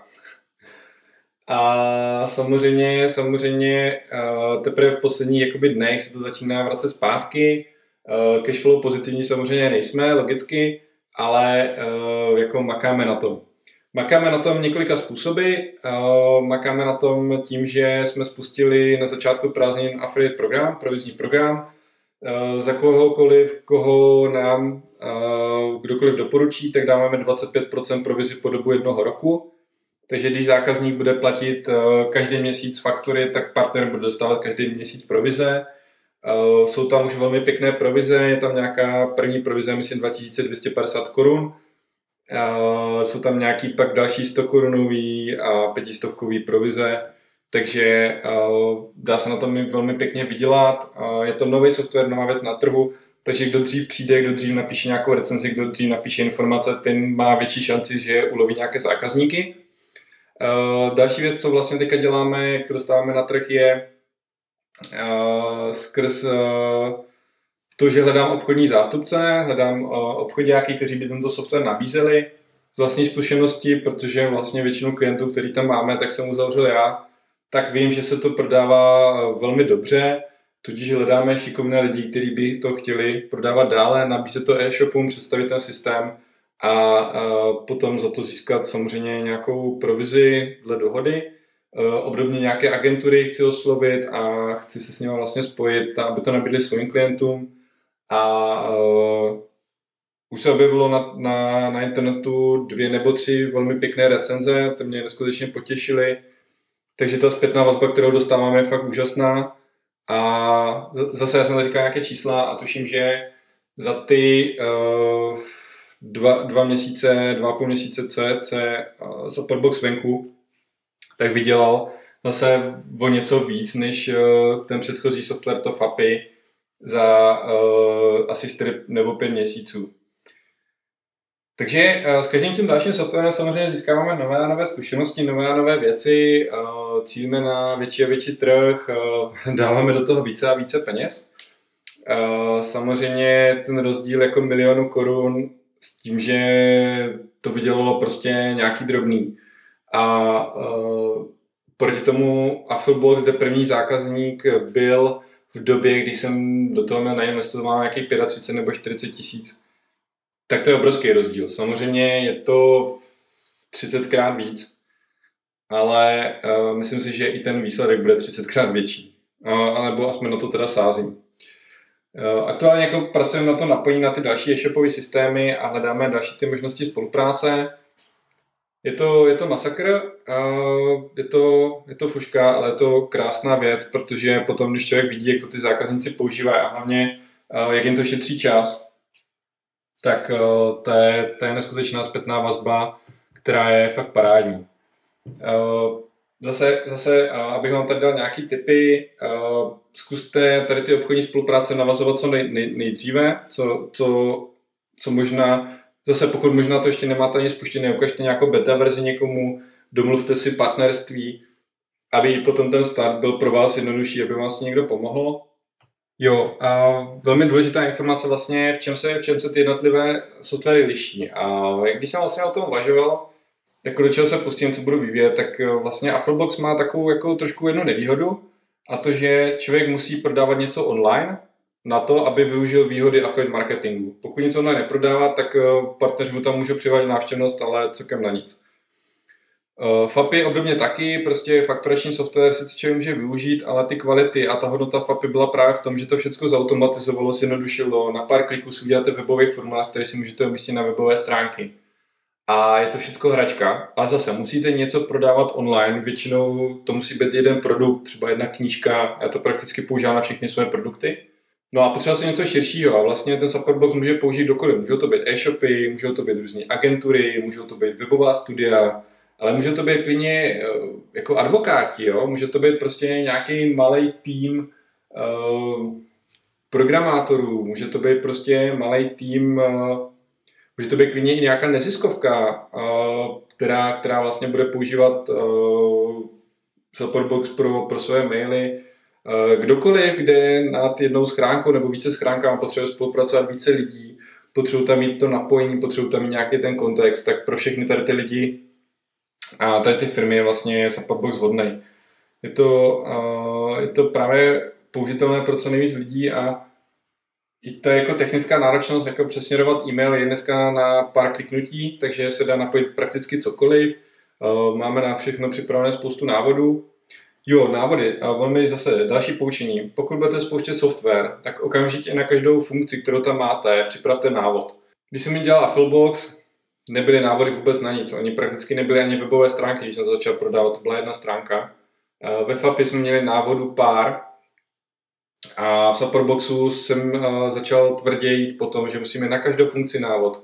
A samozřejmě teprve v posledních dnech se to začíná vracet zpátky. Cashflow pozitivní samozřejmě nejsme, logicky, ale makáme na tom. Makáme na tom několika způsoby. Makáme na tom tím, že jsme spustili na začátku prázdnin affiliate program, provizní program. Za kohokoliv, koho nám kdokoliv doporučí, tak dáváme 25% provizi po dobu 1 roku. Takže když zákazník bude platit každý měsíc faktury, tak partner bude dostávat každý měsíc provize. Jsou tam už velmi pěkné provize, je tam nějaká první provize, myslím 2250 korun. Jsou tam nějaký pak další 100 korunový a 500 provize, takže dá se na tom velmi pěkně vydělat. Je to nový software, nová věc na trhu, takže kdo dřív přijde, kdo dřív napíše nějakou recenzi, kdo dřív napíše informace, ten má větší šanci, že uloví nějaké zákazníky. Další věc, co vlastně teďka děláme, jak to dostáváme na trh, je skrz to, že hledám obchodní zástupce, hledám obchodáky, kteří by tento software nabízeli z vlastní zkušenosti, protože vlastně většinu klientů, který tam máme, tak jsem uzavřel já, tak vím, že se to prodává velmi dobře, tudíž hledáme šikovné lidi, kteří by to chtěli prodávat dále, nabízet to e-shopům, představit ten systém a potom za to získat samozřejmě nějakou provizi dle dohody. Obdobně nějaké agentury chci oslovit a chci se s nimi vlastně spojit, aby to nabídli svým klientům. A už se objevilo na internetu 2 nebo 3 velmi pěkné recenze, ty mě neskutečně potěšily. Takže ta zpětná vazba, kterou dostáváme, je fakt úžasná. A zase já jsem říkal nějaké čísla a tuším, že za ty 2 měsíce, 2,5 měsíce, co je Supportbox venku, tak vydělal zase o něco víc než ten předchozí software to FAPI za asi 4 nebo 5 měsíců. Takže s každým tím dalším softwarem samozřejmě získáváme nové a nové zkušenosti, nové a nové věci, cílíme na větší a větší trh, dáváme do toho více a více peněz. Samozřejmě ten rozdíl jako 1 milionu korun s tím, že to vydělalo prostě nějaký drobný. A proti tomu Affilbox, kde první zákazník byl v době, kdy jsem do toho měl nainvestoval nějakých 35 nebo 40 tisíc, tak to je obrovský rozdíl. Samozřejmě je to 30krát víc, ale myslím si, že i ten výsledek bude 30krát větší. Alebo aspoň na to teda sázím. Aktuálně jako pracujeme na to napojení na ty další e-shopové systémy a hledáme další ty možnosti spolupráce. Je to masakr, je to fuška, ale je to krásná věc, protože potom, když člověk vidí, jak to ty zákazníci používají a hlavně, jak jim to šetří čas, tak to je neskutečná zpětná vazba, která je fakt parádní. Zase, abych vám tady dal nějaký tipy, zkuste tady ty obchodní spolupráce navazovat co nejdříve, co možná, zase pokud možná to ještě nemáte ani spuštěné, ukažte nějakou beta verzi někomu, domluvte si partnerství, aby potom ten start byl pro vás jednodušší, aby vám s někdo pomohl. Jo, a velmi důležitá informace vlastně, v čem se ty jednotlivé softwary liší. A když jsem vlastně o tom uvažoval, jako do čeho se pustím, co budu vyvíjet, tak vlastně Afflebox má takovou jako trošku jednu nevýhodu, a to, že člověk musí prodávat něco online na to, aby využil výhody affiliate marketingu. Pokud nic online neprodává, tak partneři mu tam můžou přivádět návštěvnost, ale celkem na nic. FAPy obdobně taky, prostě fakturační software sice člověk může využít, ale ty kvality a ta hodnota FAPy byla právě v tom, že to všechno zautomatizovalo, zjednodušilo, na pár kliků si uděláte webový formulář, který si můžete umístit na webové stránky. A je to všechno hračka, ale zase musíte něco prodávat online, většinou to musí být jeden produkt, třeba jedna knížka, já to prakticky používám na všechny své produkty. No a potřeba se něco širšího a vlastně ten Supportbox může použít kdokoliv. Můžou to být e-shopy, můžou to být různé agentury, můžou to být webová studia, ale může to být klidně jako advokáti, jo? Může to být prostě nějaký malý tým programátorů, může to být prostě malý tým, může to být klidně i nějaká neziskovka, která vlastně bude používat Supportbox pro své maily. Kdokoliv, kde nad jednou schránkou nebo více schránkami potřebuje spolupracovat více lidí, potřebují tam mít to napojení, potřebují tam mít nějaký ten kontext, tak pro všechny tady ty lidi a tady ty firmy je vlastně Supportbox vhodný. Je to právě použitelné pro co nejvíc lidí a i to je jako technická náročnost, jako přesměrovat e-mail je dneska na pár kliknutí, takže se dá napojit prakticky cokoliv. Máme na všechno připravené spoustu návodů. Jo, návody a velmi zase další poučení. Pokud budete spouštět software, tak okamžitě na každou funkci, kterou tam máte, připravte návod. Když jsem mi dělal Afflebox, nebyly návody vůbec na nic. Oni prakticky nebyly ani webové stránky, když jsem to začal prodávat, to byla jedna stránka. Ve FAPi jsme měli návodu pár a v Supportboxu jsem začal tvrdě jít po tom, že musíme na každou funkci návod.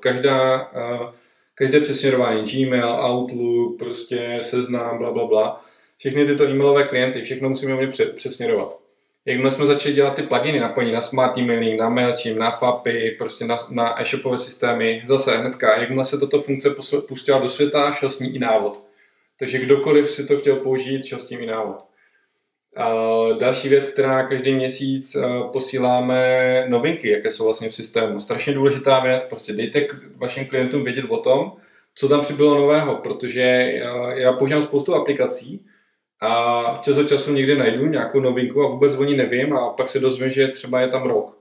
Každé přesměrování, Gmail, Outlook, prostě seznam, blablabla. Všechny tyto e-mailové klienty, všechno musíme umět přesměrovat. Jakmile jsme začali dělat ty pluginy napojení na Smart Emailing, na Mailchimp, na FAPy, prostě na e-shopové systémy, zase hnedka, jakmile se tato funkce pustila do světa, šel s ní i návod. Takže kdokoliv si to chtěl použít, šel s tím i návod. A další věc, která každý měsíc posíláme novinky, jaké jsou vlastně v systému. Strašně důležitá věc, prostě dejte vašim klientům vědět o tom, co tam přibylo nového, protože já používám spoustu aplikací, a čas od času někdy najdu nějakou novinku a vůbec o ní nevím a pak se dozvím, že třeba je tam rok.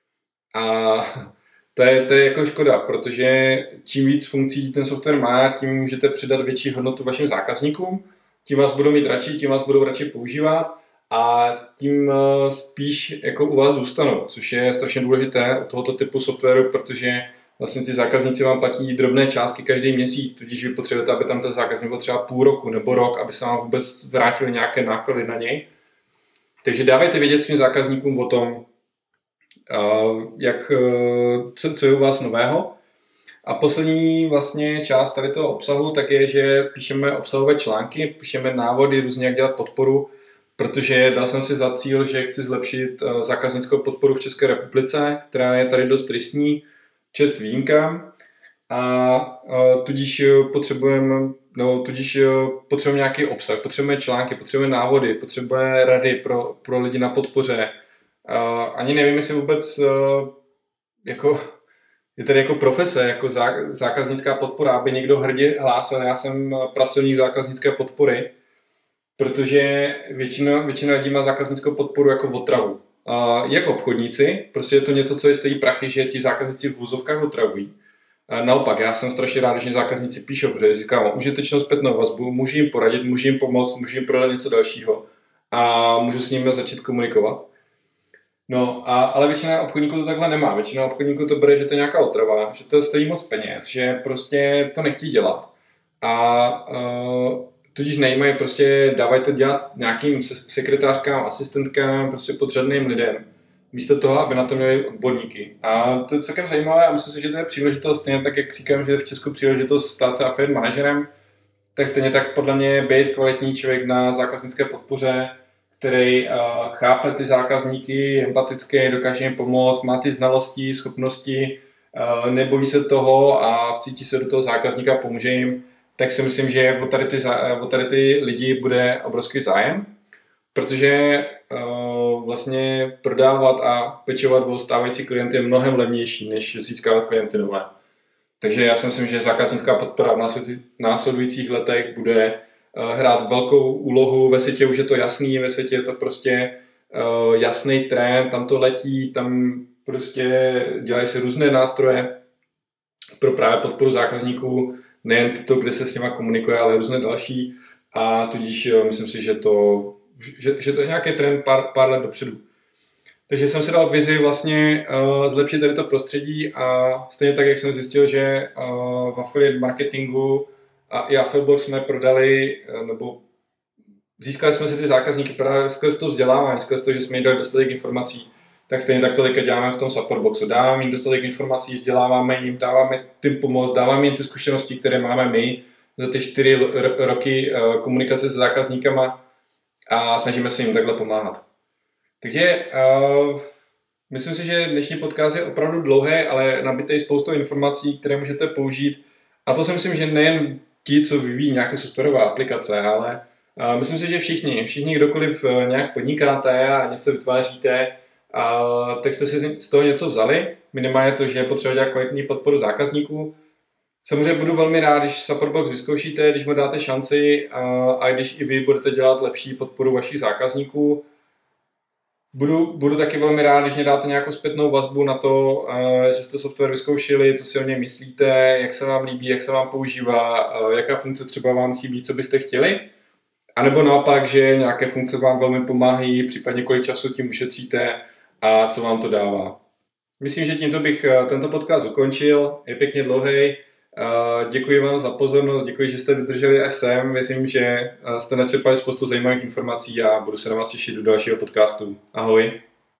A to je jako škoda, protože čím víc funkcí ten software má, tím můžete přidat větší hodnotu vašim zákazníkům, tím vás budou mít radši, tím vás budou radši používat a tím spíš jako u vás zůstanou, což je strašně důležité u tohoto typu softwaru, protože vlastně ty zákazníci vám platí drobné částky každý měsíc, tudíž vy potřebujete, aby tam ten zákazník byl třeba půl roku nebo rok, aby se vám vůbec vrátily nějaké náklady na něj. Takže dávejte vědět svým zákazníkům o tom, co je u vás nového. A poslední vlastně část tady toho obsahu tak je, že píšeme obsahové články, píšeme návody různě, jak dělat podporu, protože dal jsem si za cíl, že chci zlepšit zákaznickou podporu v České republice, která je tady dost tristní, čest výjimkám a tudíž potřebujeme nějaký obsah, potřebujeme články, potřebujeme návody, potřebujeme rady pro lidi na podpoře. Ani nevím, jestli vůbec je tady jako profese, jako zákaznická podpora, aby někdo hrdě hlásil, já jsem pracovník zákaznické podpory, protože většina lidí má zákaznickou podporu jako otravu. Jako obchodníci, prostě je to něco, co je stojí prachy, že ti zákazníci v vůzovkách otravují. Naopak, já jsem strašně rád, že zákazníci píšou, protože říkám užitečnou zpětnou vazbu, můžu jim poradit, můžu jim pomoct, můžu jim prodat něco dalšího a můžu s nimi začít komunikovat. No, ale většina obchodníků to takhle nemá. Většina obchodníků to bere, že to je nějaká otrava, že to stojí moc peněz, že prostě to nechtějí dělat. A tudíž nejímají, prostě dávají to dělat nějakým sekretářkám, asistentkám, prostě podřadným lidem. Místo toho, aby na to měli odborníky. A to je celkem zajímavé a myslím si, že to je příležitost, stejně tak, jak říkám, že v Česku příležitost stát se affiliate manažerem, tak stejně tak podle mě být kvalitní člověk na zákaznické podpoře, který chápe ty zákazníky, je empatický, dokáže jim pomoct, má ty znalosti, schopnosti, nebojí se toho a vcítí se do toho zákazníka a pomůže jim, tak si myslím, že o tady ty lidi bude obrovský zájem, protože vlastně prodávat a pečovat o stávající klienty je mnohem levnější, než získávat klienty nové. Takže já si myslím, že zákaznická podpora v následujících letech bude hrát velkou úlohu. Ve světě už je to jasný, ve světě je to prostě jasný trend, tam to letí, tam prostě dělají se různé nástroje pro právě podporu zákazníků, nejen to, kde se s nima komunikuje, ale různé další a tudíž myslím si, že to je nějaký trend pár let dopředu. Takže jsem si dal vizi vlastně zlepšit tady to prostředí a stejně tak, jak jsem zjistil, že v affiliate marketingu a i Affiliate jsme prodali, nebo získali jsme si ty zákazníky právě skrz to vzdělávání, skrz to, že jsme jim dali dostatek informací, tak stejně tak to teďka děláme v tom support boxu. Dáváme jim dostatek informací, vzděláváme jim, dáváme tím pomoc, dáváme jim ty zkušenosti, které máme my za ty 4 roky komunikace s zákazníkama a snažíme se jim takhle pomáhat. Takže myslím si, že dnešní podcast je opravdu dlouhý, ale nabitý spoustou informací, které můžete použít. A to si myslím, že nejen ti, co vyvíjí nějaké softwarové aplikace, ale myslím si, že všichni, kdokoliv nějak podnikáte a něco vytváříte, tak jste si z toho něco vzali. Minimálně to, že je potřeba dělat kvalitní podporu zákazníků. Samozřejmě budu velmi rád, když Supportbox vyzkoušíte, když mu dáte šanci a když i vy budete dělat lepší podporu vašich zákazníků. Budu taky velmi rád, když mě dáte nějakou zpětnou vazbu na to, že jste software vyzkoušeli, co si o něm myslíte, jak se vám líbí, jak se vám používá, jaká funkce třeba vám chybí, co byste chtěli. A nebo naopak, že nějaké funkce vám velmi pomáhají, případně kolik času tím ušetříte a co vám to dává. Myslím, že tímto bych tento podcast ukončil, je pěkně dlouhý. Děkuji vám za pozornost, děkuji, že jste vydrželi až sem. Věřím, že jste načerpali spoustu zajímavých informací a budu se na vás těšit do dalšího podcastu. Ahoj.